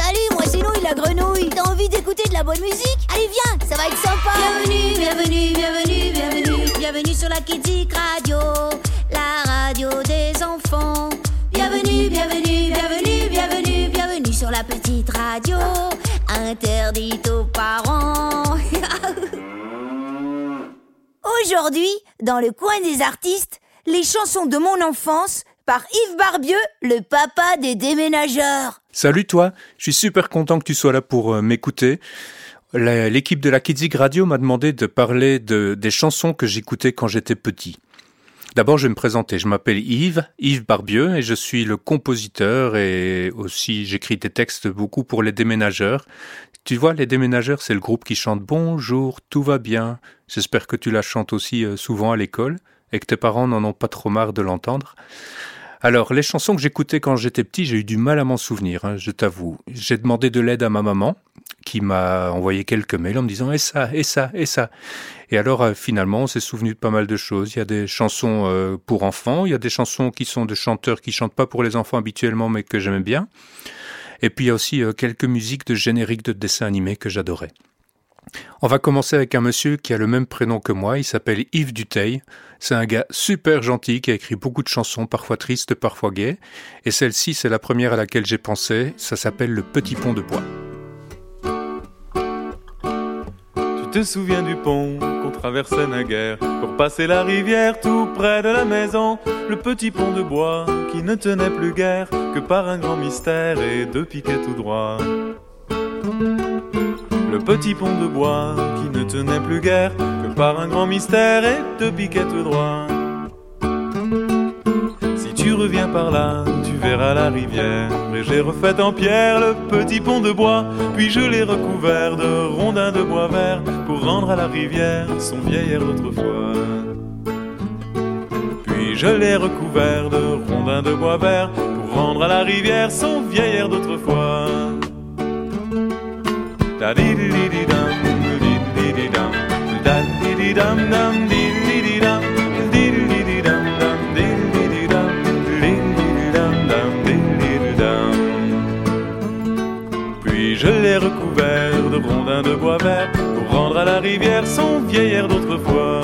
Salut, moi c'est Nouille la grenouille. T'as envie d'écouter de la bonne musique? Allez viens, ça va être sympa. Bienvenue sur la Kidzik Radio, la radio des enfants. Bienvenue sur la petite radio, interdite aux parents. Aujourd'hui, dans le coin des artistes, les chansons de mon enfance par Yves Barbieux, le papa des déménageurs. Salut toi, je suis super content que tu sois là pour m'écouter. L'équipe de la Kidzik Radio m'a demandé de parler des chansons que j'écoutais quand j'étais petit. D'abord, je vais me présenter. Je m'appelle Yves Barbieux, et je suis le compositeur et aussi j'écris des textes beaucoup pour les déménageurs. Tu vois, les déménageurs, c'est le groupe qui chante « Bonjour, tout va bien ». J'espère que tu la chantes aussi souvent à l'école et que tes parents n'en ont pas trop marre de l'entendre. Alors, les chansons que j'écoutais quand j'étais petit, j'ai eu du mal à m'en souvenir, je t'avoue. J'ai demandé de l'aide à ma maman, qui m'a envoyé quelques mails en me disant « et ça ». Et alors, finalement, on s'est souvenu de pas mal de choses. Il y a des chansons pour enfants, il y a des chansons qui sont de chanteurs qui chantent pas pour les enfants habituellement, mais que j'aimais bien. Et puis, il y a aussi quelques musiques de génériques de dessins animés que j'adorais. On va commencer avec un monsieur qui a le même prénom que moi, il s'appelle Yves Dutheil. C'est un gars super gentil qui a écrit beaucoup de chansons, parfois tristes, parfois gaies. Et celle-ci, c'est la première à laquelle j'ai pensé, ça s'appelle Le Petit Pont de Bois. Tu te souviens du pont qu'on traversait naguère pour passer la rivière tout près de la maison? Le petit pont de bois qui ne tenait plus guère que par un grand mystère et deux piquets tout droits. Le petit pont de bois qui ne tenait plus guère que par un grand mystère et deux piquets tout droits. Si tu reviens par là, tu verras la rivière, et j'ai refait en pierre le petit pont de bois, puis je l'ai recouvert de rondins de bois vert pour rendre à la rivière son vieil air d'autrefois. Puis je l'ai recouvert de rondins de bois vert pour rendre à la rivière son vieil air d'autrefois. Da di di di di dum, di di di dum, da di di dum dum, di di di dum, di di di dum dum, di di di dum, di di dum dum, di di dum. Puis je l'ai recouvert de rondins de bois vert pour rendre à la rivière son vieil air d'autrefois.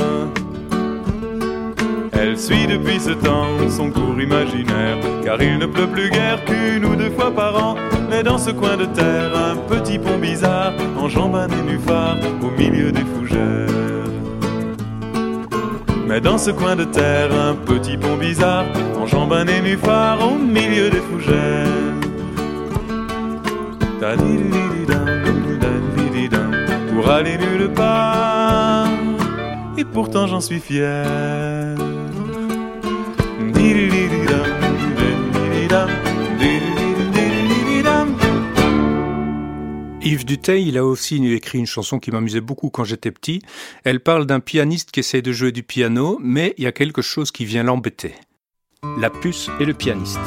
Elle suit depuis ce temps son cours imaginaire, car il ne pleut plus guère qu'une ou deux fois par an. Mais dans ce coin de terre, un petit pont bizarre enjambe un nénuphar au milieu des fougères. Mais dans ce coin de terre, un petit pont bizarre enjambe un nénuphar au milieu des fougères. Pour aller nulle part, et pourtant j'en suis fier. Yves Dutheil, il a aussi écrit une chanson qui m'amusait beaucoup quand j'étais petit. Elle parle d'un pianiste qui essaie de jouer du piano, mais il y a quelque chose qui vient l'embêter. La puce et le pianiste.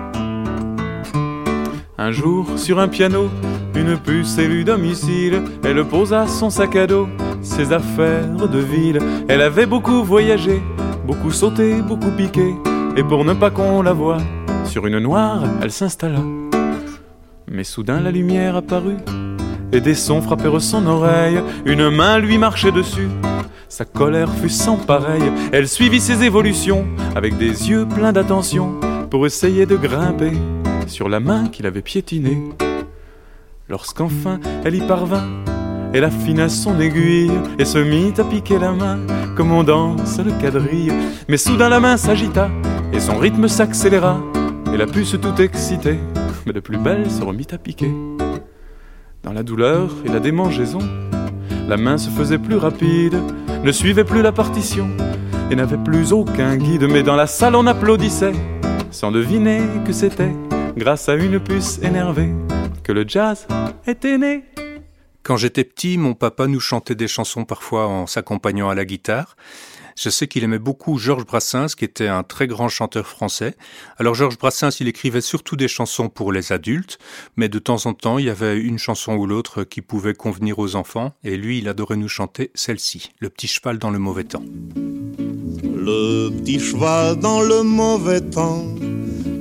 Un jour, sur un piano, une puce élue domicile, elle posa son sac à dos, ses affaires de ville. Elle avait beaucoup voyagé, beaucoup sauté, beaucoup piqué, et pour ne pas qu'on la voie, sur une noire, elle s'installa. Mais soudain la lumière apparut, et des sons frappèrent son oreille. Une main lui marchait dessus, sa colère fut sans pareil. Elle suivit ses évolutions, avec des yeux pleins d'attention, pour essayer de grimper sur la main qu'il avait piétinée. Lorsqu'enfin elle y parvint, elle affina son aiguille et se mit à piquer la main comme on danse le quadrille. Mais soudain la main s'agita et son rythme s'accéléra, et la puce tout excitée, mais de plus belle, se remit à piquer. Dans la douleur et la démangeaison, la main se faisait plus rapide, ne suivait plus la partition et n'avait plus aucun guide. Mais dans la salle on applaudissait, sans deviner que c'était grâce à une puce énervée que le jazz était né. Quand j'étais petit, mon papa nous chantait des chansons parfois en s'accompagnant à la guitare. Je sais qu'il aimait beaucoup Georges Brassens, qui était un très grand chanteur français. Alors Georges Brassens, il écrivait surtout des chansons pour les adultes, mais de temps en temps, il y avait une chanson ou l'autre qui pouvait convenir aux enfants, et lui, il adorait nous chanter celle-ci, Le petit cheval dans le mauvais temps. Le petit cheval dans le mauvais temps,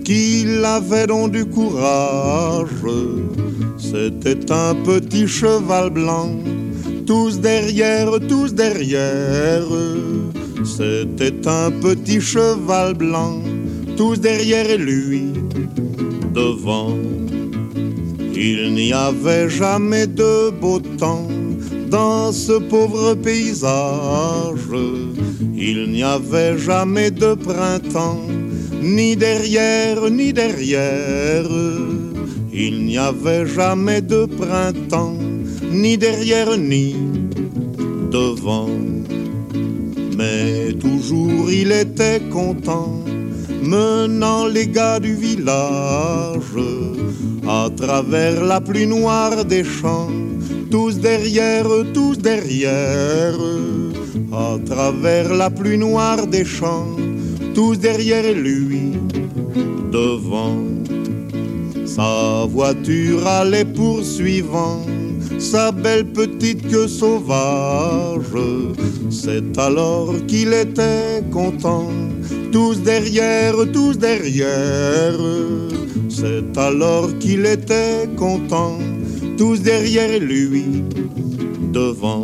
qu'il avait donc du courage. C'était un petit cheval blanc, tous derrière, tous derrière. C'était un petit cheval blanc, tous derrière lui, devant. Il n'y avait jamais de beau temps dans ce pauvre paysage. Il n'y avait jamais de printemps, ni derrière, ni derrière. Il n'y avait jamais de printemps, ni derrière, ni devant. Mais toujours il était content, menant les gars du village à travers la pluie noire des champs, tous derrière, tous derrière. À travers la pluie noire des champs, tous derrière lui, devant. Sa voiture allait poursuivant sa belle petite queue sauvage. C'est alors qu'il était content, tous derrière, tous derrière. C'est alors qu'il était content, tous derrière lui, devant.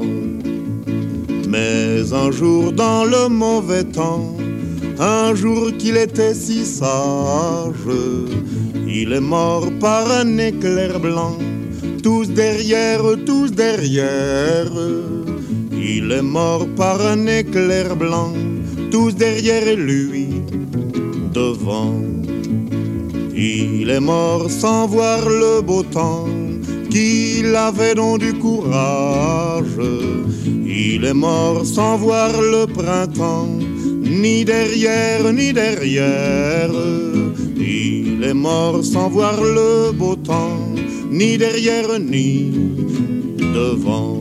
Mais un jour dans le mauvais temps, un jour qu'il était si sage, il est mort par un éclair blanc, tous derrière, tous derrière. Il est mort par un éclair blanc, tous derrière lui, devant. Il est mort sans voir le beau temps, qu'il avait donc du courage. Il est mort sans voir le printemps, ni derrière, ni derrière. Il est mort sans voir le beau temps, ni derrière, ni devant.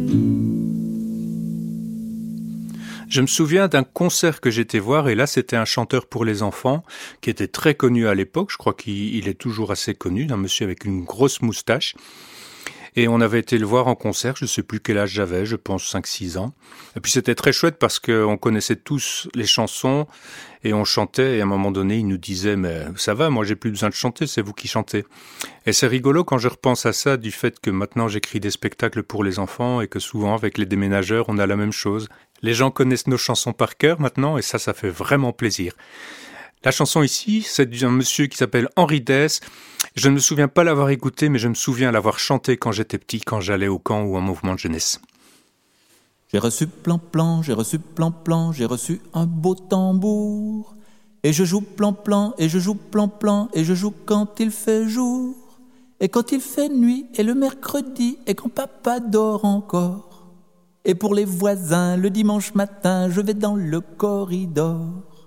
Je me souviens d'un concert que j'étais voir, et là c'était un chanteur pour les enfants qui était très connu à l'époque, je crois qu'il est toujours assez connu, un monsieur avec une grosse moustache. Et on avait été le voir en concert, je ne sais plus quel âge j'avais, je pense 5-6 ans. Et puis c'était très chouette parce qu'on connaissait tous les chansons et on chantait. Et à un moment donné, il nous disait « Mais ça va, moi j'ai plus besoin de chanter, c'est vous qui chantez. » Et c'est rigolo quand je repense à ça, du fait que maintenant j'écris des spectacles pour les enfants et que souvent avec les déménageurs, on a la même chose. Les gens connaissent nos chansons par cœur maintenant et ça fait vraiment plaisir. La chanson ici, c'est d'un monsieur qui s'appelle Henri Dess. Je ne me souviens pas l'avoir écouté, mais je me souviens l'avoir chanté quand j'étais petit, quand j'allais au camp ou en mouvement de jeunesse. J'ai reçu plan-plan, j'ai reçu plan-plan, j'ai reçu un beau tambour. Et je joue plan-plan, et je joue plan-plan, et je joue quand il fait jour. Et quand il fait nuit, et le mercredi, et quand papa dort encore. Et pour les voisins, le dimanche matin, je vais dans le corridor.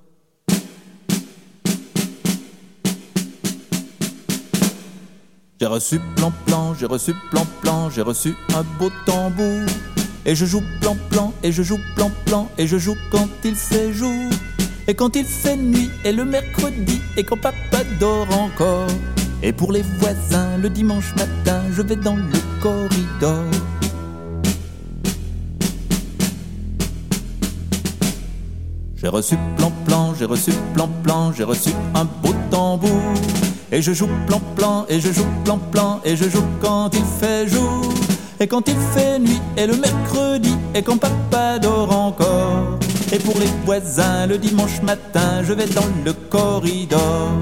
J'ai reçu plan-plan, j'ai reçu plan-plan, j'ai reçu un beau tambour. Et je joue plan-plan, et je joue plan-plan, et je joue quand il fait jour. Et quand il fait nuit, et le mercredi, et quand papa dort encore. Et pour les voisins, le dimanche matin, je vais dans le corridor. J'ai reçu plan-plan, j'ai reçu plan-plan, j'ai reçu un beau tambour. Et je joue plan-plan, et je joue plan-plan, et je joue quand il fait jour. Et quand il fait nuit, et le mercredi, et quand papa dort encore. Et pour les voisins, le dimanche matin, je vais dans le corridor.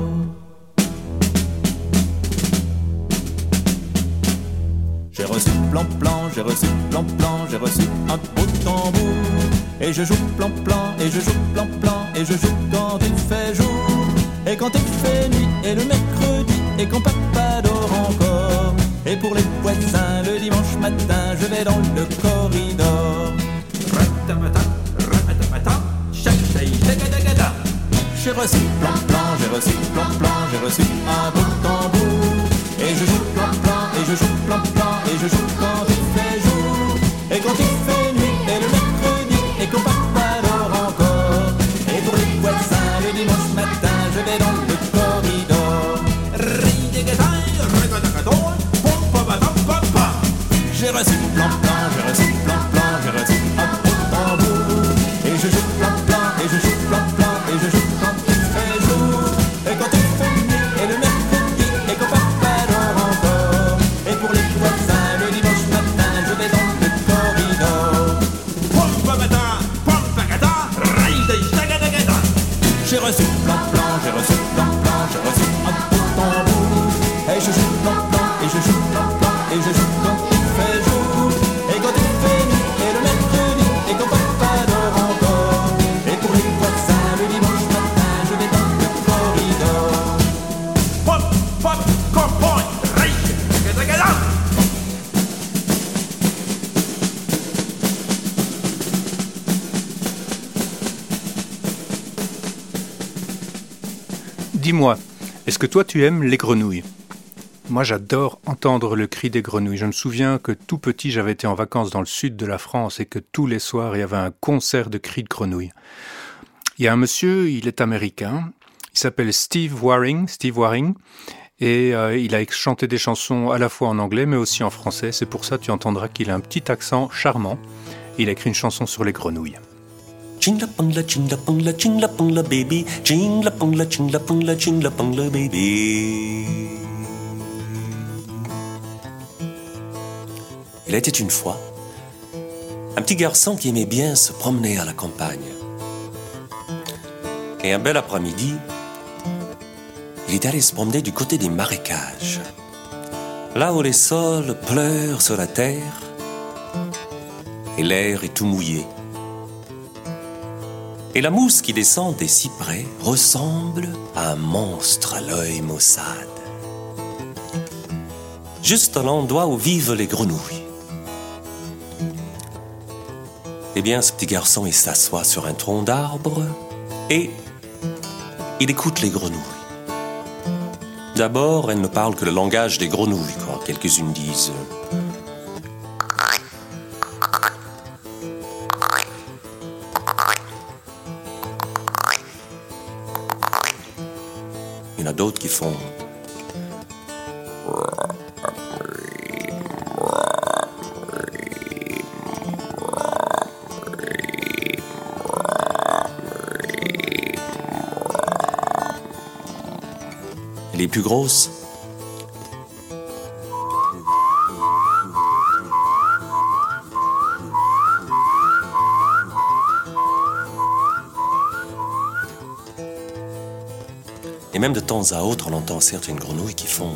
J'ai reçu plan-plan, j'ai reçu plan-plan, j'ai reçu un beau tambour. Et je joue plan-plan, et je joue plan-plan, et je joue quand il fait jour. Et quand il fait nuit, et le mercredi, et quand papa dort encore. Et pour les voisins, le dimanche matin, je vais dans le corridor. J'ai reçu plan-plan, j'ai reçu plan-plan, j'ai reçu un beau tambour. Et je joue plan-plan, et je joue plan-plan, et je joue quand il fait jour. Et quand il fait nuit, et le mercredi, et quand papa dort encore. Et pour les voisins, le dimanche matin, je vais dans le corridor. J'ai reçu plan-plan, j'ai reçu plan-plan, j'ai reçu un beau tambour. Et je joue plan-plan, et je joue plan-plan, et je joue quand il fait jour. Et quand il fait Et je joue plan-plan, et je joue quand il fait jour. Et quand il fait nuit, et le mercredi, et quand papa dort encore. Et pour les voisins, le dimanche matin, je vais dans le corridor. Pop, pop, cowboy, reich, gada. Dis-moi, est-ce que toi tu aimes les grenouilles ? Moi j'adore entendre le cri des grenouilles. Je me souviens que tout petit j'avais été en vacances dans le sud de la France et que tous les soirs il y avait un concert de cris de grenouilles. Il y a un monsieur, il est américain, il s'appelle Steve Waring, et il a chanté des chansons à la fois en anglais mais aussi en français. C'est pour ça que tu entendras qu'il a un petit accent charmant. Il a écrit une chanson sur les grenouilles. Chingla pongla baby, chingla pongla baby. Il était une fois un petit garçon qui aimait bien se promener à la campagne. Et un bel après-midi, il est allé se promener du côté des marécages, là où les sols pleurent sur la terre et l'air est tout mouillé. Et la mousse qui descend des cyprès ressemble à un monstre à l'œil maussade. Juste à l'endroit où vivent les grenouilles. Eh bien, ce petit garçon, il s'assoit sur un tronc d'arbre et il écoute les grenouilles. D'abord, elles ne parlent que le langage des grenouilles, quoi. Quelques-unes disent... Il y en a d'autres qui font... Les plus grosses... Et même de temps à autre, on entend certaines grenouilles qui font...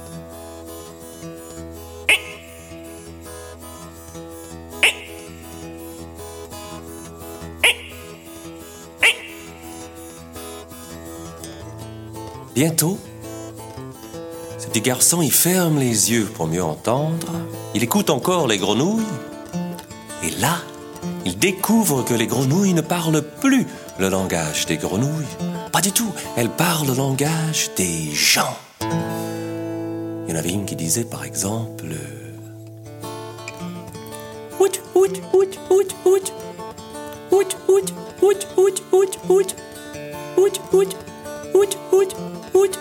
Bientôt, ce petit garçon, il ferme les yeux pour mieux entendre. Il écoute encore les grenouilles. Et là, il découvre que les grenouilles ne parlent plus le langage des grenouilles. Pas du tout, elles parlent le langage des gens. Il y en avait une qui disait par exemple... Out, out, out, out, out. Out, out, out, out, out, out. Out, out, out, out, out.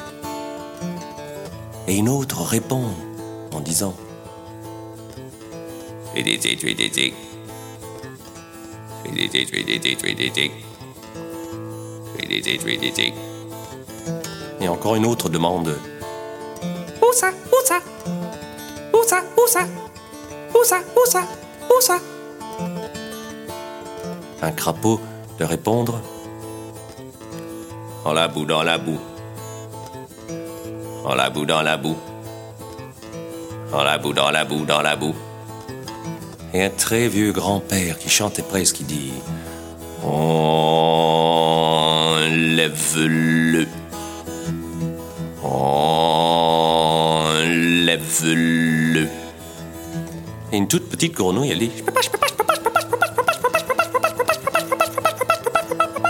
Et une autre répond en disant... Et encore une autre demande... Où ça? Où ça? Où ça? Où ça? Où ça? Où ça? Où ça? Un crapaud de répondre... En la boue, dans la boue. En la boue, dans la boue. En la boue, dans la boue, dans la boue. Et un très vieux grand-père qui chantait presque, qui dit... Enlève-le. Enlève-le. Et une toute petite grenouille, elle dit... Je peux pas, je peux pas, je peux pas, je peux pas, je peux pas, je peux pas, je peux pas, je peux pas, je peux pas, je peux pas, je peux pas, je peux pas, je peux pas, je peux pas.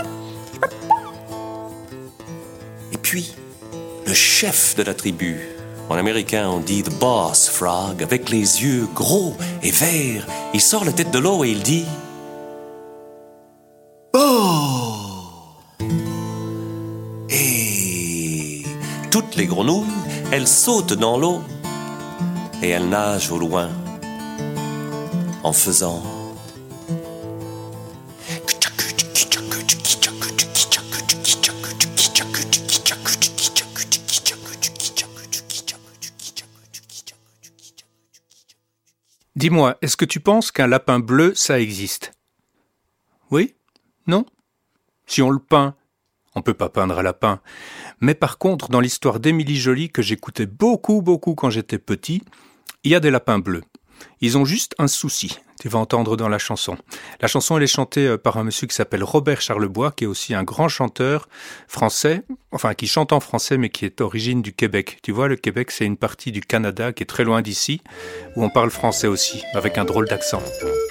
Et puis, le chef de la tribu, en américain on dit the boss frog, avec les yeux gros et verts, il sort la tête de l'eau et il dit... Et toutes les grenouilles, elles sautent dans l'eau et elles nagent au loin en faisant... Dis-moi, est-ce que tu penses qu'un lapin bleu, ça existe ? Oui ? Non ? Si on le peint, On peut pas peindre un lapin. Mais par contre, dans l'histoire d'Émilie Joly, que j'écoutais beaucoup quand j'étais petit, il y a des lapins bleus. Ils ont juste un souci, tu vas entendre dans la chanson. La chanson, elle est chantée par un monsieur qui s'appelle Robert Charlebois, qui est aussi un grand chanteur français, enfin qui chante en français, mais qui est d'origine du Québec. Tu vois, le Québec, c'est une partie du Canada qui est très loin d'ici, où on parle français aussi, avec un drôle d'accent.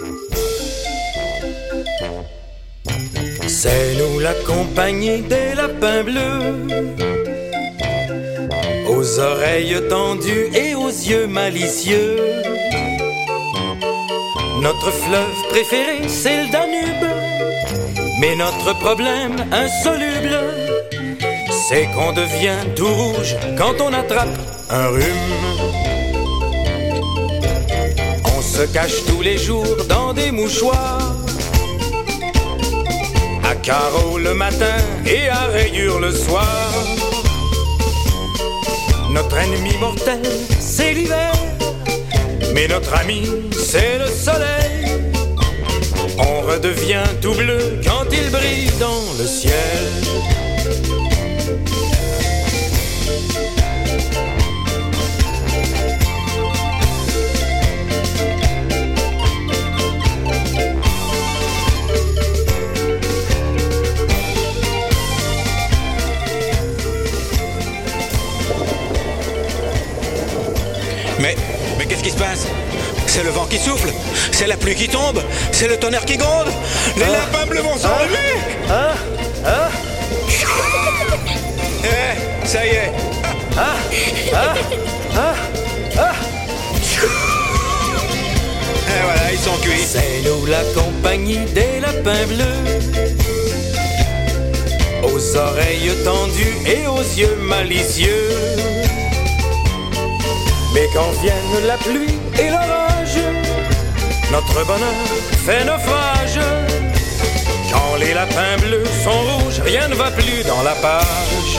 C'est nous la compagnie des lapins bleus, aux oreilles tendues et aux yeux malicieux. Notre fleuve préféré, c'est le Danube, mais notre problème insoluble, c'est qu'on devient tout rouge quand on attrape un rhume. On se cache tous les jours dans des mouchoirs, à carreaux le matin et à rayures le soir. Notre ennemi mortel, c'est l'hiver, mais notre ami, c'est le soleil. On redevient tout bleu quand il brille dans le ciel. Mais qu'est-ce qui se passe? C'est le vent qui souffle, c'est la pluie qui tombe, c'est le tonnerre qui gronde. Les lapins bleus vont s'enlever. Ça y est. Et voilà, ils sont cuits. C'est nous la compagnie des lapins bleus, aux oreilles tendues et aux yeux malicieux. Mais quand viennent la pluie et l'orage, notre bonheur fait naufrage. Quand les lapins bleus sont rouges, rien ne va plus dans la page.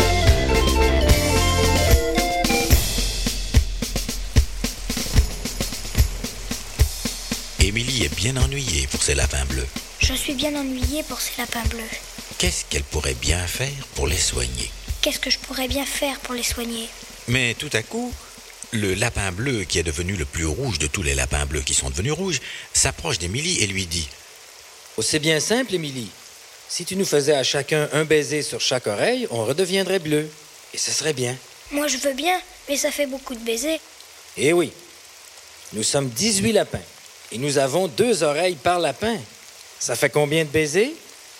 Émilie est bien ennuyée pour ses lapins bleus. Je suis bien ennuyée pour ces lapins bleus. Qu'est-ce qu'elle pourrait bien faire pour les soigner? Qu'est-ce que je pourrais bien faire pour les soigner? Mais tout à coup, le lapin bleu, qui est devenu le plus rouge de tous les lapins bleus qui sont devenus rouges, s'approche d'Émilie et lui dit: Oh, c'est bien simple, Émilie. Si tu nous faisais à chacun un baiser sur chaque oreille, on redeviendrait bleu. Et ce serait bien. Moi, je veux bien, mais ça fait beaucoup de baisers. Eh oui. Nous sommes 18 lapins. Et nous avons 2 oreilles par lapin. Ça fait combien de baisers?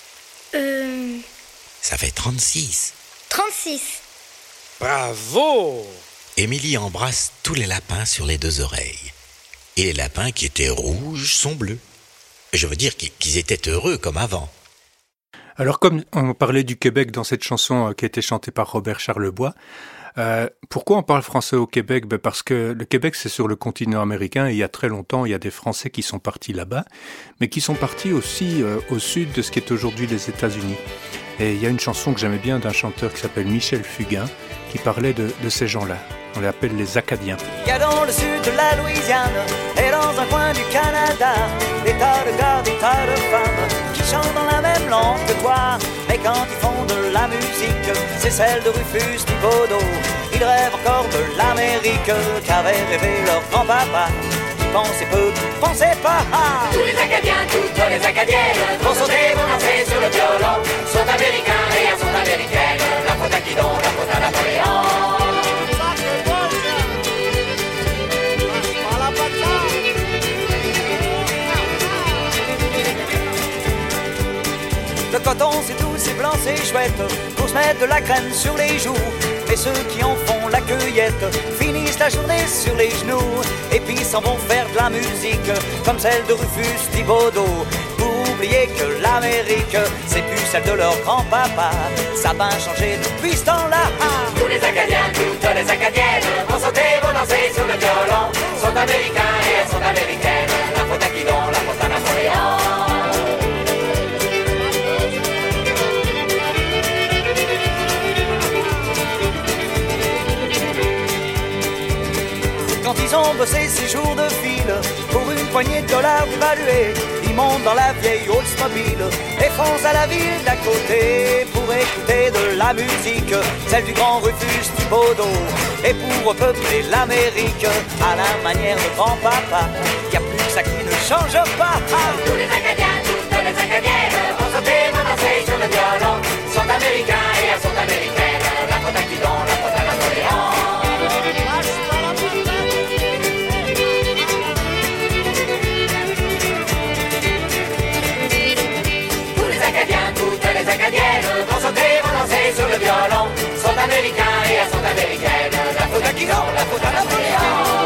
Ça fait 36. 36. Bravo! Émilie embrasse tous les lapins sur les 2 oreilles. Et les lapins qui étaient rouges sont bleus. Je veux dire qu'ils étaient heureux comme avant. Alors comme on parlait du Québec dans cette chanson qui a été chantée par Robert Charlebois, pourquoi on parle français au Québec? Parce que le Québec, c'est sur le continent américain et il y a très longtemps, il y a des Français qui sont partis là-bas, mais qui sont partis aussi au sud de ce qui est aujourd'hui les États-Unis. Et il y a une chanson que j'aimais bien d'un chanteur qui s'appelle Michel Fugain, qui parlait de ces gens-là. On les appelle les Acadiens. Il y a dans le sud de la Louisiane et dans un coin du Canada des tas de gars, des tas de femmes qui chantent dans la même langue que toi. Mais quand ils font de la musique, c'est celle de Rufus Thibodeau. Ils rêvent encore de l'Amérique qu'avait rêvé leur grand-papa. Pensez peu, pensez pas. Tous les Acadiens, toutes les Acadiennes vont sauter, vont danser sur le violon. Sont américains et elles sont américaines. La faute à Guidon, la faute à Napoléon. Le coton c'est doux, c'est blanc, c'est chouette, qu'on se mette de la crème sur les joues. Mais ceux qui en font la cueillette finissent la journée sur les genoux. Et puis s'en vont faire de la musique comme celle de Rufus Thibodeau. Pour oublier que l'Amérique c'est plus celle de leur grand-papa. Ça a bien changé depuis ce temps-là. Tous les Acadiens, toutes les Acadiennes vont sauter, vont danser sur le violon. Sont américains et elles sont américaines. La faute à Guidon, la faute à Napoléon. Quand ils ont bossé 6 jours de fil pour une poignée de dollars dévalués. Ils montent dans la vieille Oldsmobile et foncent à la ville d'à côté pour écouter de la musique, celle du grand Rufus Thibodeau. Et pour peupler l'Amérique à la manière de grand-papa, y a plus que ça qui ne change pas. Tous les Acadiens, toutes les Acadiennes vont sauter, vont danser sur le violon. Sont américains et elles sont américaines. La faute à Guidon, la faute à Napoléon. Tous les Acadiens, toutes les Acadiennes vont sauter, vont danser sur le violon. Sont américains et elles sont américaines. La faute à Guidon, la faute à Napoléon.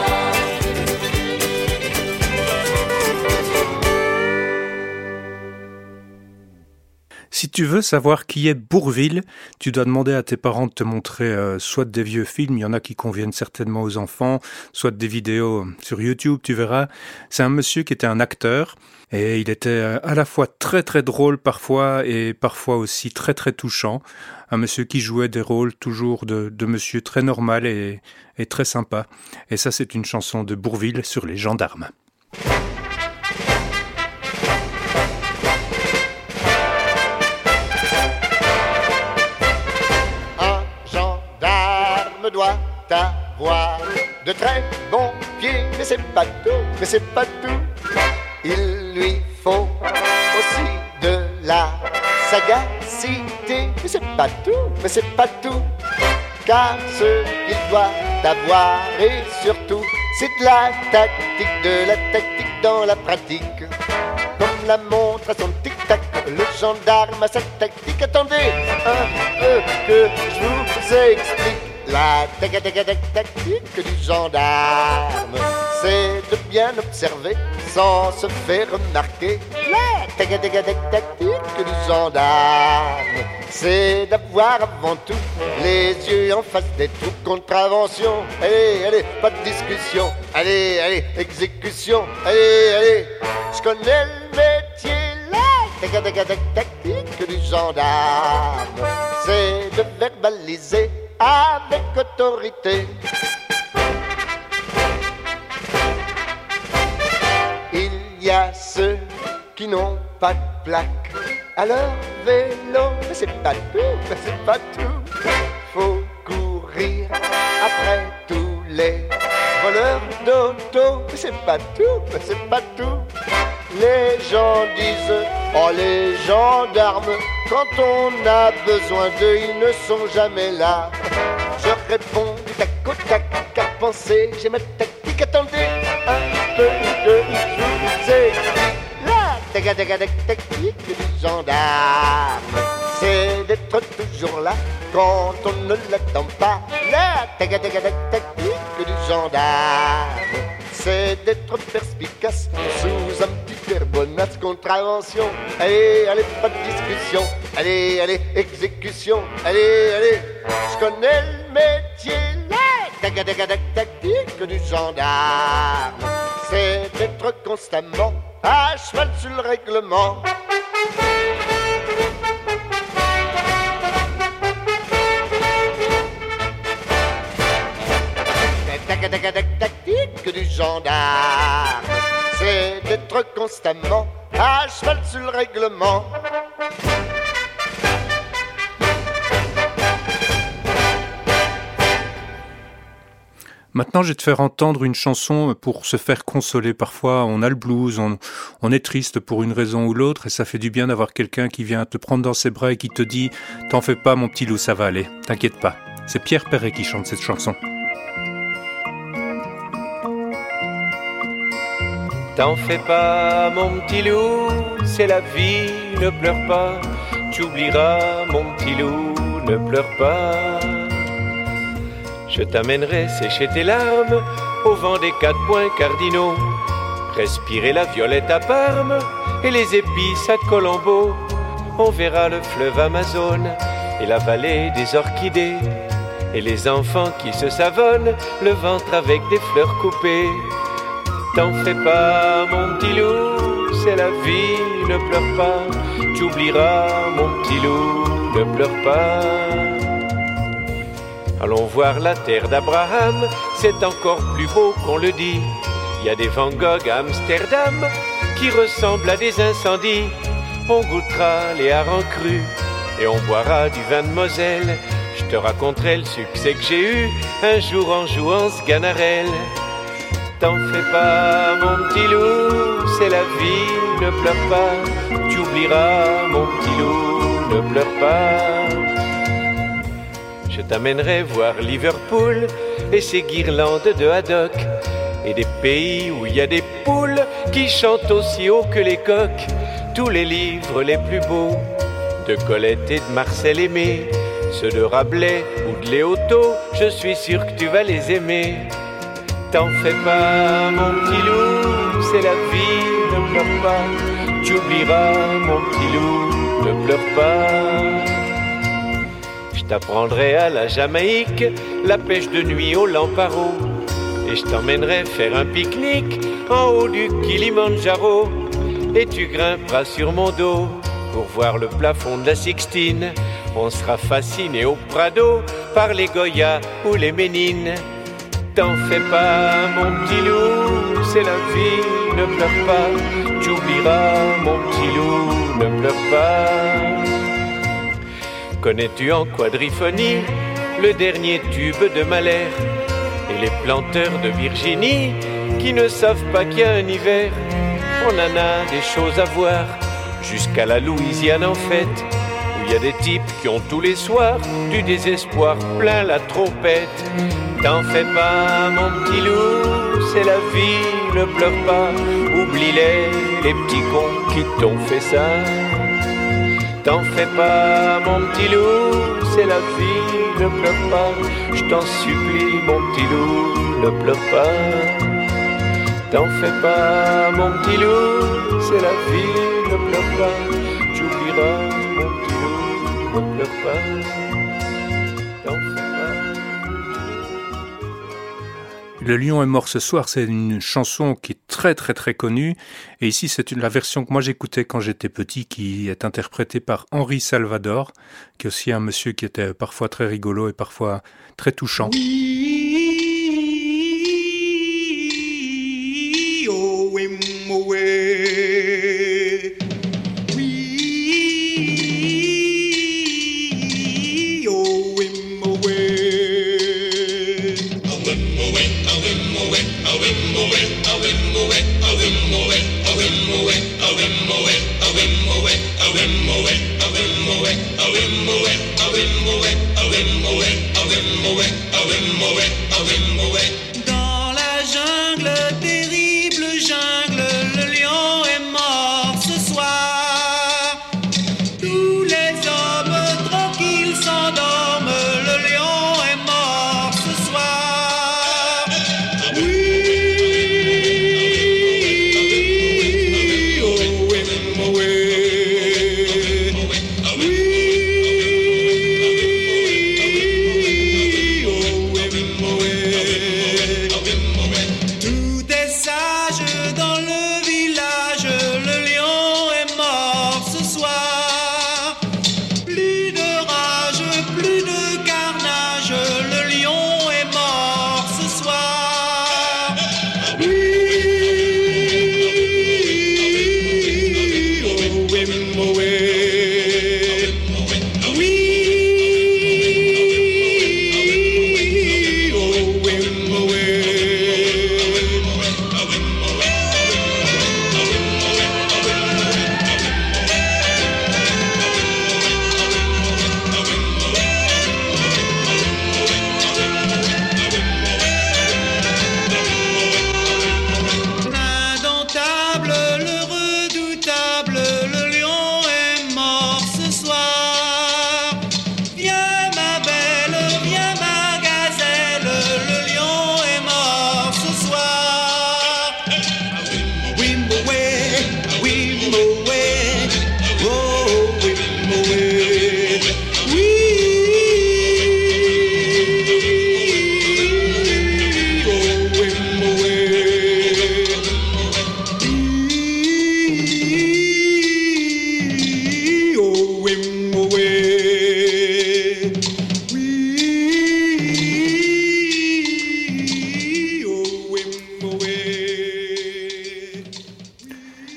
Si tu veux savoir qui est Bourvil, tu dois demander à tes parents de te montrer soit des vieux films, il y en a qui conviennent certainement aux enfants, soit des vidéos sur YouTube, tu verras. C'est un monsieur qui était un acteur et il était à la fois très très drôle parfois et parfois aussi très très touchant. Un monsieur qui jouait des rôles toujours de monsieur très normal et très sympa. Et ça, c'est une chanson de Bourvil sur les gendarmes. Doit avoir de très bons pieds, mais c'est pas tout, mais c'est pas tout. Il lui faut aussi de la sagacité, mais c'est pas tout, mais c'est pas tout. Car ce qu'il doit avoir et surtout, c'est de la tactique dans la pratique. Comme la montre à son tic-tac, le gendarme a sa tactique. Attendez un peu que je vous explique. La tactique du gendarme, c'est de bien observer sans se faire remarquer. La tactique du gendarme, c'est d'avoir avant tout les yeux en face des trous. Contravention, allez, pas de discussion. Allez, exécution, allez, je connais le métier. La tactique du gendarme, c'est de verbaliser avec autorité. Il y a ceux qui n'ont pas de plaque à leur vélo, mais c'est pas tout, Faut courir après tous les voleurs d'auto, mais c'est pas tout. Les gens disent, oh les gendarmes, quand on a besoin d'eux, ils ne sont jamais là. Je réponds du tac au tac, car pensez, j'ai ma tactique. Attendez un peu que je vous explique. La tactique du gendarme, c'est d'être toujours là quand on ne l'attend pas. La tactique du gendarme, c'est d'être perspicace sous un petit air bonasse. Contravention, allez, pas de discussion. Allez, exécution, allez, je connais le métier. La tactique du gendarme, c'est d'être constamment à cheval sur le règlement. Tactique du gendarme, c'est d'être constamment à cheval sur le règlement. Maintenant, je vais te faire entendre une chanson pour se faire consoler. Parfois, on a le blues, on est triste pour une raison ou l'autre, et ça fait du bien d'avoir quelqu'un qui vient te prendre dans ses bras et qui te dit « T'en fais pas, mon petit loup, ça va aller, t'inquiète pas ». C'est Pierre Perret qui chante cette chanson. T'en fais pas, mon petit loup, c'est la vie, ne pleure pas. Tu oublieras, mon petit loup, ne pleure pas. Je t'amènerai sécher tes larmes au vent des 4 points cardinaux. Respirer la violette à Parme et les épices à Colombo. On verra le fleuve Amazone et la vallée des orchidées. Et les enfants qui se savonnent le ventre avec des fleurs coupées. T'en fais pas, mon petit loup, c'est la vie, ne pleure pas. Tu oublieras, mon petit loup, ne pleure pas. Allons voir la terre d'Abraham, c'est encore plus beau qu'on le dit. y a des Van Gogh à Amsterdam qui ressemblent à des incendies. On goûtera les harengs crus et on boira du vin de Moselle. Je te raconterai le succès que j'ai eu un jour en jouant ce Sganarelle. T'en fais pas mon petit loup, c'est la vie, ne pleure pas. Tu oublieras mon petit loup, ne pleure pas. Je t'amènerai voir Liverpool et ses guirlandes de haddock, et des pays où il y a des poules qui chantent aussi haut que les coqs. Tous les livres les plus beaux de Colette et de Marcel Aimé, ceux de Rabelais ou de Léoto, je suis sûr que tu vas les aimer. T'en fais pas mon petit loup, c'est la vie, ne pleure pas. Tu oublieras mon petit loup, ne pleure pas. Je t'apprendrai à la Jamaïque la pêche de nuit au Lamparo, et je t'emmènerai faire un pique-nique en haut du Kilimandjaro. Et tu grimperas sur mon dos pour voir le plafond de la Sixtine. On sera fasciné au Prado par les Goya ou les Ménines. T'en fais pas mon petit loup, c'est la vie, ne pleure pas. Tu oublieras mon petit loup, ne pleure pas. Connais-tu en quadriphonie le dernier tube de Mahler et les planteurs de Virginie qui ne savent pas qu'il y a un hiver? On en a des choses à voir, jusqu'à la Louisiane en fête, où il y a des types qui ont tous les soirs du désespoir plein la trompette. T'en fais pas mon petit loup, c'est la vie, ne pleure pas. Oublie-les petits cons qui t'ont fait ça. T'en fais pas mon petit loup, c'est la vie, ne pleure pas. Je t'en supplie mon petit loup, ne pleure pas. T'en fais pas mon petit loup, c'est la vie, ne pleure pas. Tu oublieras mon petit loup, ne pleure pas. T'en fais pas. Le lion est mort ce soir, c'est une chanson qui est très très très connue. Et ici, c'est la version que moi j'écoutais quand j'étais petit, qui est interprétée par Henri Salvador, qui est aussi un monsieur qui était parfois très rigolo et parfois très touchant.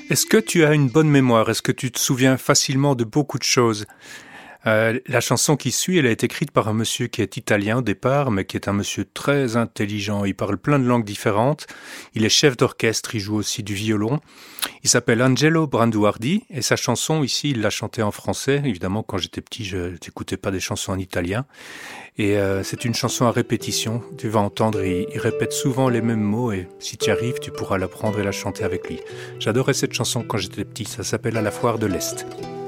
Est-ce que tu as une bonne mémoire? Est-ce que tu te souviens facilement de beaucoup de choses? La chanson qui suit, elle a été écrite par un monsieur qui est italien au départ, mais qui est un monsieur très intelligent. Il parle plein de langues différentes. Il est chef d'orchestre, il joue aussi du violon. Il s'appelle Angelo Branduardi et sa chanson ici, il l'a chantée en français. Évidemment, quand j'étais petit, je n'écoutais pas des chansons en italien. Et c'est une chanson à répétition. Tu vas entendre, il répète souvent les mêmes mots et si tu y arrives, tu pourras l'apprendre et la chanter avec lui. J'adorais cette chanson quand j'étais petit. Ça s'appelle À la foire de l'Est.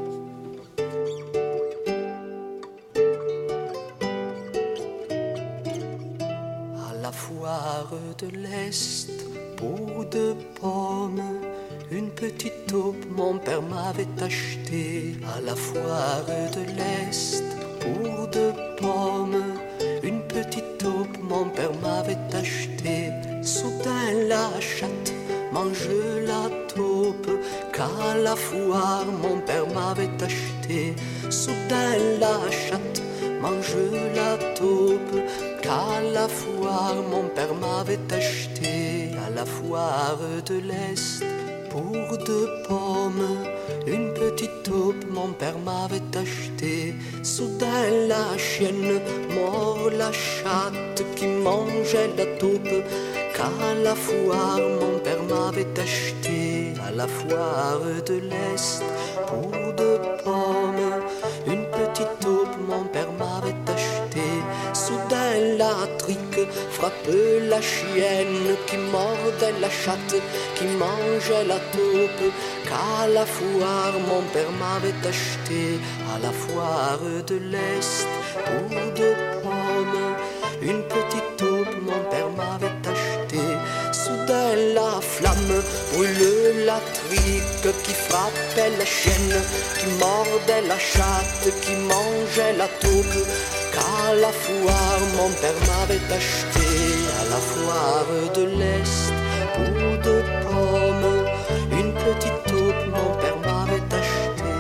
De l'Est, pour 2 pommes, une petite taupe mon père m'avait acheté. À la foire de l'Est, pour 2 pommes, une petite taupe mon père m'avait acheté. Soudain la chatte mange la taupe qu'à la foire mon père m'avait acheté. Soudain la chatte mange la taupe qu'à la foire mon père m'avait acheté. À la foire de l'Est, pour 2 pommes, une petite taupe mon père m'avait acheté. Soudain la chienne mord la chatte qui mangeait la taupe qu'à la foire mon père m'avait acheté. À la foire de l'Est, pour 2 pommes, une petite taupe mon père m'avait acheté. Soudain la trique frappe la chienne qui mordait la chatte, qui mangeait la taupe qu'à la foire mon père m'avait acheté. À la foire de l'Est, pour 2 pommes, une petite taupe mon père m'avait acheté. Soudain la flamme brûle la trique qui frappait la chienne, qui mordait la chatte, qui mangeait la taupe qu'à la foire mon père m'avait acheté. À la foire de l'Est, pour 2 pommes, une petite taupe mon père m'avait acheté.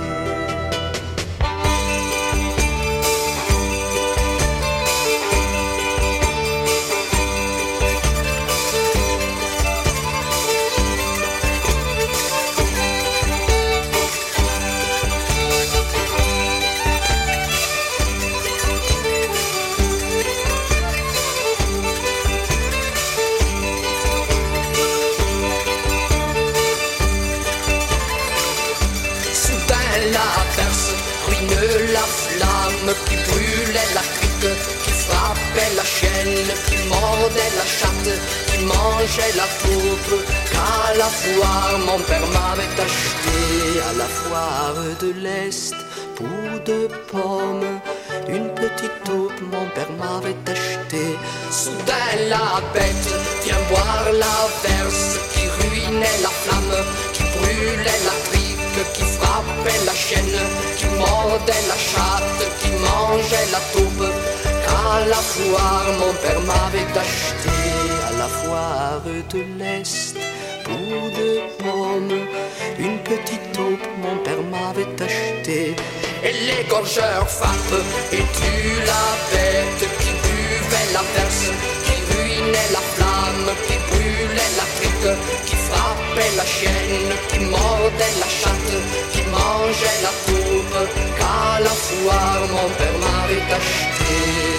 La flamme qui brûlait la crique, qui frappait la chienne, qui mordait la chatte, qui mangeait la taupe qu'à la foire mon père m'avait acheté. À la foire de l'Est, pour 2 pommes, une petite taupe mon père m'avait acheté. Soudain la bête vient boire la verse qui ruinait la flamme, qui brûlait la trique, qui frappait la chienne, qui mordait la chatte, qui mangeait la taupe qu'à la foire mon père m'avait acheté. À la foire de l'Est, pour 2 pommes, une petite taupe mon père m'avait acheté. Et l'égorgeur frappe et tue la bête qui buvait la verse, qui ruinait la flamme, qui brûlait la trique, qui frappait la chienne, qui mordait la chatte, qui mangeait la taupe qu'à la foire mon père m'avait acheté.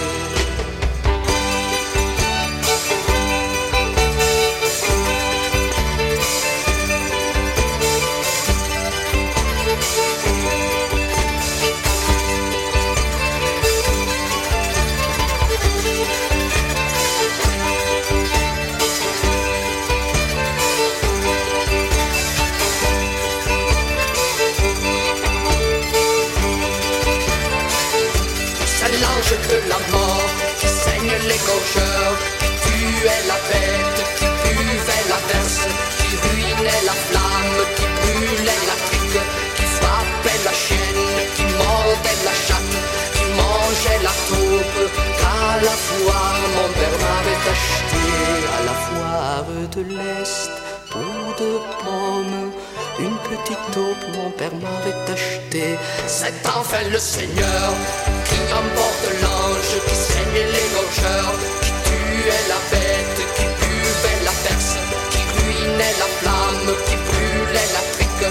De la mort qui saigne l'égorgeur, qui tuait la bête, qui buvait la verse, qui ruinait la flamme, qui brûlait la trique, qui frappait la chienne, qui mordait la chatte, qui mangeait la taupe qu'à la foire mon père m'avait acheté. À la foire de l'Est, pour 2 pommes, une petite taupe mon père m'avait acheté. C'est enfin le Seigneur qui emporte l'ange, qui saignait l'égorgeur, qui tuait la bête, qui buvait la verse, qui ruinait la flamme, qui brûlait la trique,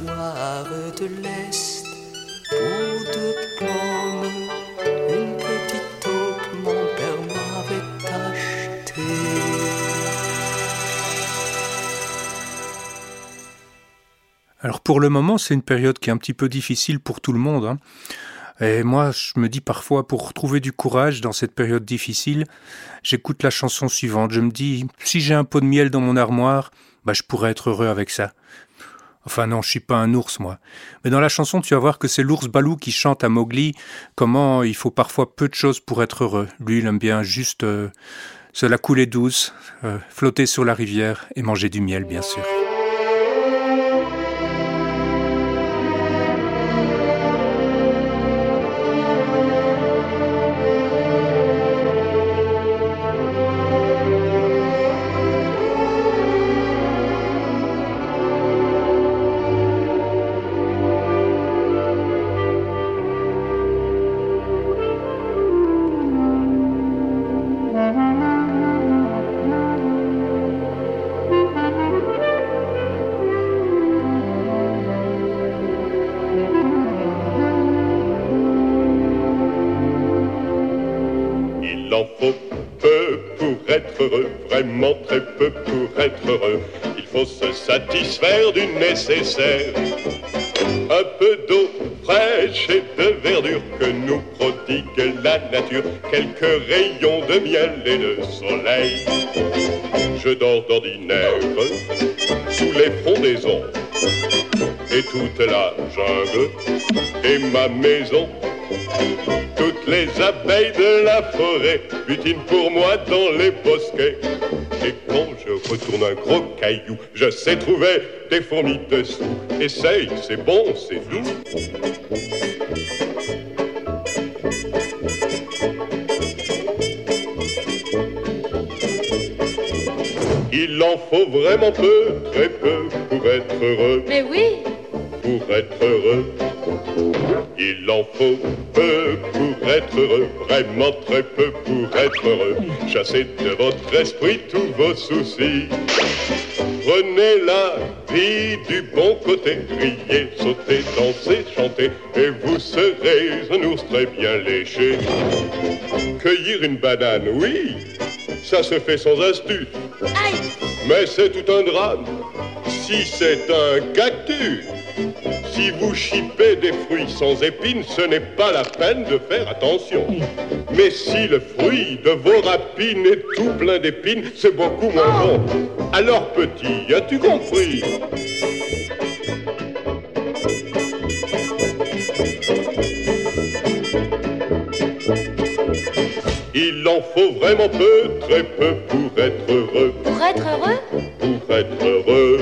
foire de l'Est. Pour 2 pommes, une petite taupe, mon père m'avait acheté. Alors pour le moment, c'est une période qui est un petit peu difficile pour tout le monde, hein. Et moi, je me dis parfois, pour trouver du courage dans cette période difficile, j'écoute la chanson suivante. Je me dis, si j'ai un pot de miel dans mon armoire, je pourrais être heureux avec ça. Enfin non, je suis pas un ours, moi. Mais dans la chanson, tu vas voir que c'est l'ours Balou qui chante à Mowgli comment il faut parfois peu de choses pour être heureux. Lui, il aime bien juste se la couler douce, flotter sur la rivière et manger du miel, bien sûr. Vraiment très peu pour être heureux. Il faut se satisfaire du nécessaire. Un peu d'eau fraîche et de verdure que nous prodigue la nature. Quelques rayons de miel et de soleil. Je dors d'ordinaire sous les frondaisons. Et toute la jungle est ma maison. Toutes les abeilles de la forêt butinent pour moi dans les bosquets. Et quand je retourne un gros caillou, je sais trouver des fourmis dessous. Essaye, c'est bon, c'est doux. Il en faut vraiment peu, très peu pour être heureux. Mais oui. Pour être heureux. Il en faut peu pour être heureux, vraiment très peu pour être heureux. Chassez de votre esprit tous vos soucis. Prenez la vie du bon côté, riez, sautez, dansez, chantez, et vous serez un ours très bien léché. Cueillir une banane, oui, ça se fait sans astuce. Mais c'est tout un drame si c'est un cactus. Si vous chipez des fruits sans épines, ce n'est pas la peine de faire attention. Mais si le fruit de vos rapines est tout plein d'épines, c'est beaucoup moins bon. Alors petit, as-tu compris? Il en faut vraiment peu, très peu pour être heureux. Pour être heureux? Pour être heureux.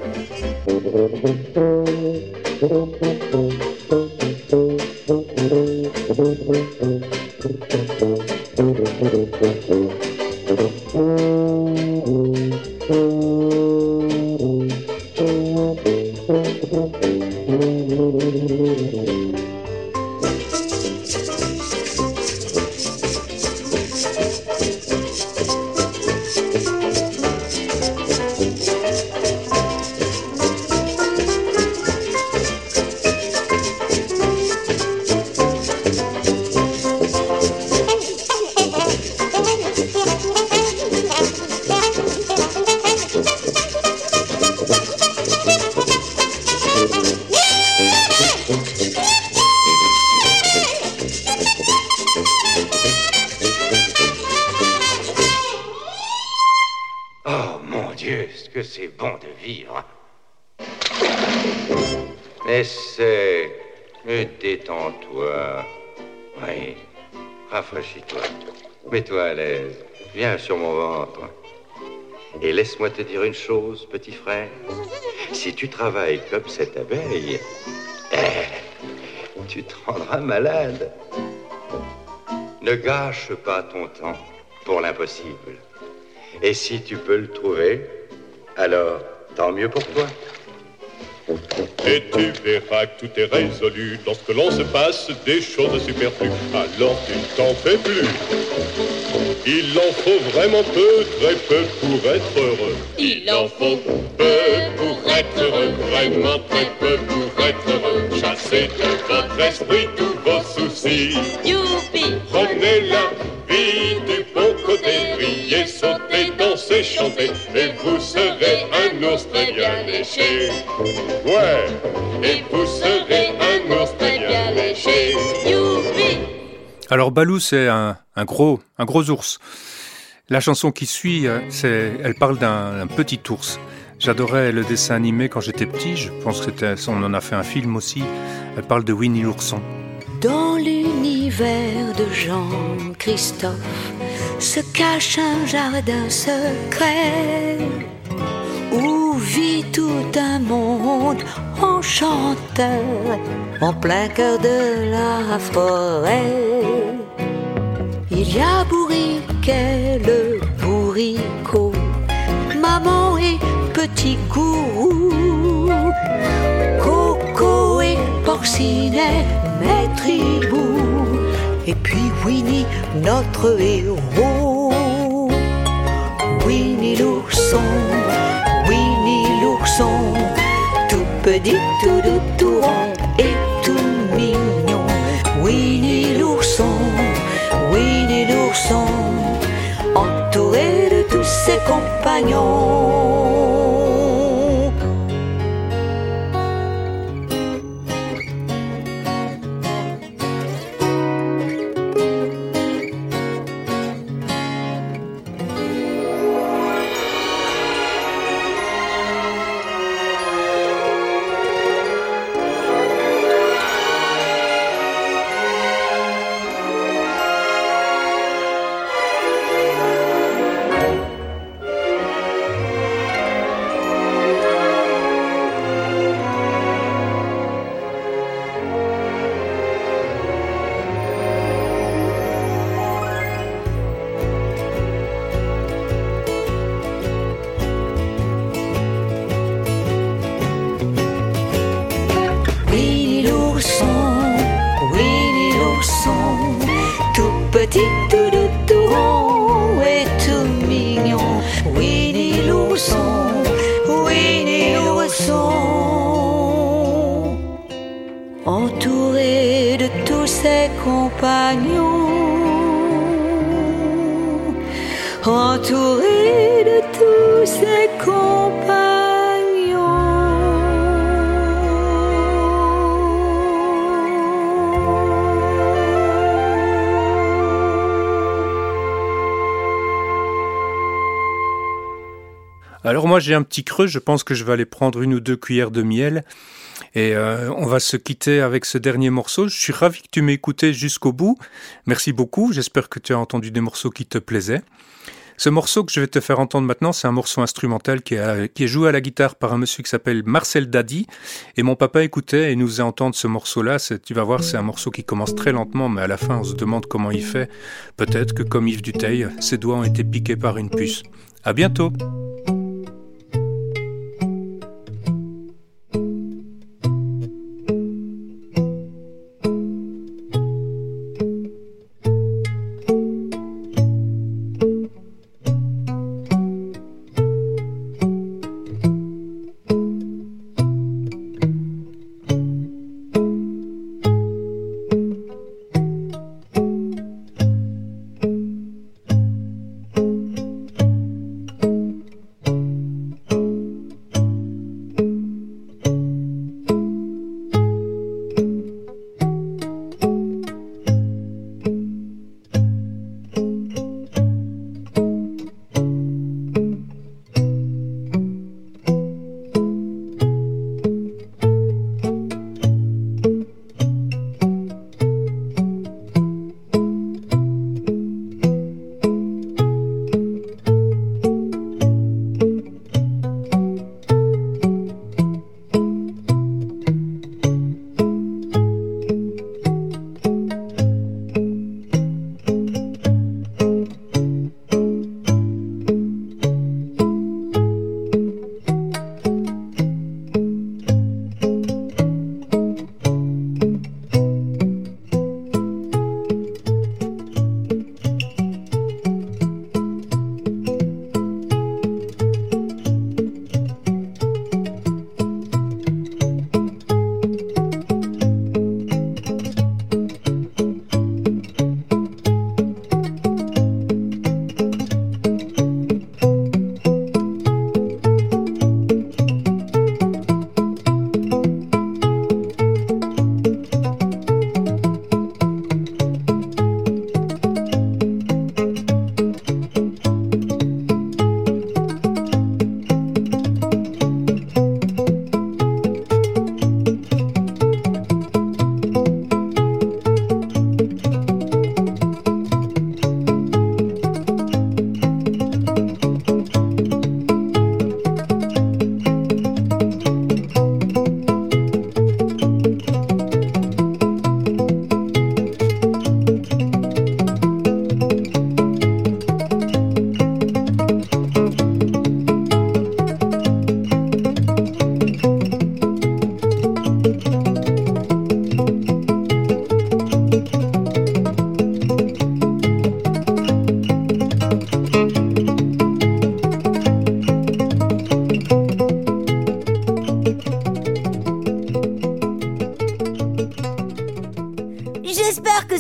Essaie, mais détends-toi. Oui, rafraîchis-toi. Mets-toi à l'aise. Viens sur mon ventre. Et laisse-moi te dire une chose, petit frère. Si tu travailles comme cette abeille, tu te rendras malade. Ne gâche pas ton temps pour l'impossible. Et si tu peux le trouver, alors tant mieux pour toi. Et tu verras que tout est résolu lorsque l'on se passe des choses superflues. Alors tu ne t'en fais plus. Il en faut vraiment peu, très peu pour être heureux. Il en faut peu pour être heureux, vraiment très peu pour être heureux. Chassez de votre esprit tous vos soucis. Youpi! Prenez la vie du bon côté, riez, sautez, dansez, chantez, et vous serez un ours très bien léché. Ouais! Et vous serez un ours très bien léché. Youpi! Alors Balou, c'est un gros ours. La chanson qui suit, elle parle d'un petit ours. J'adorais le dessin animé quand j'étais petit, je pense on en a fait un film aussi. Elle parle de Winnie l'ourson. Dans l'univers de Jean-Christophe se cache un jardin secret où vit tout un monde enchanteur en plein cœur de la forêt. Il y a Bourriquet, le bourricot, maman et petit gourou, Coco et Porcinet, maître hibou, et puis Winnie, notre héros. Winnie l'ourson, tout petit, tout doux, tout rond et tout mignon. Winnie l'ourson, entouré de tous ses compagnons. Petit, tout doux, tout rond et tout mignon. Winnie l'ourson, entouré de tous ses compagnons. Entouré de tous ses compagnons. Alors moi j'ai un petit creux, je pense que je vais aller prendre 1 ou 2 cuillères de miel et on va se quitter avec ce dernier morceau. Je suis ravi que tu m'aies écouté jusqu'au bout, merci beaucoup, j'espère que tu as entendu des morceaux qui te plaisaient. Ce morceau que je vais te faire entendre maintenant, c'est un morceau instrumental qui est joué à la guitare par un monsieur qui s'appelle Marcel Dadi et mon papa écoutait et nous faisait entendre ce morceau-là. Tu vas voir, c'est un morceau qui commence très lentement mais à la fin on se demande comment il fait. Peut-être que comme Yves Duteil, ses doigts ont été piqués par une puce. À bientôt.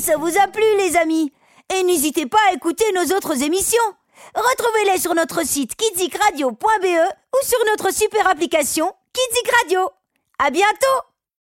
ça vous a plu, les amis. Et n'hésitez pas à écouter nos autres émissions. Retrouvez-les sur notre site kidzicradio.be ou sur notre super application Kidzik Radio. À bientôt!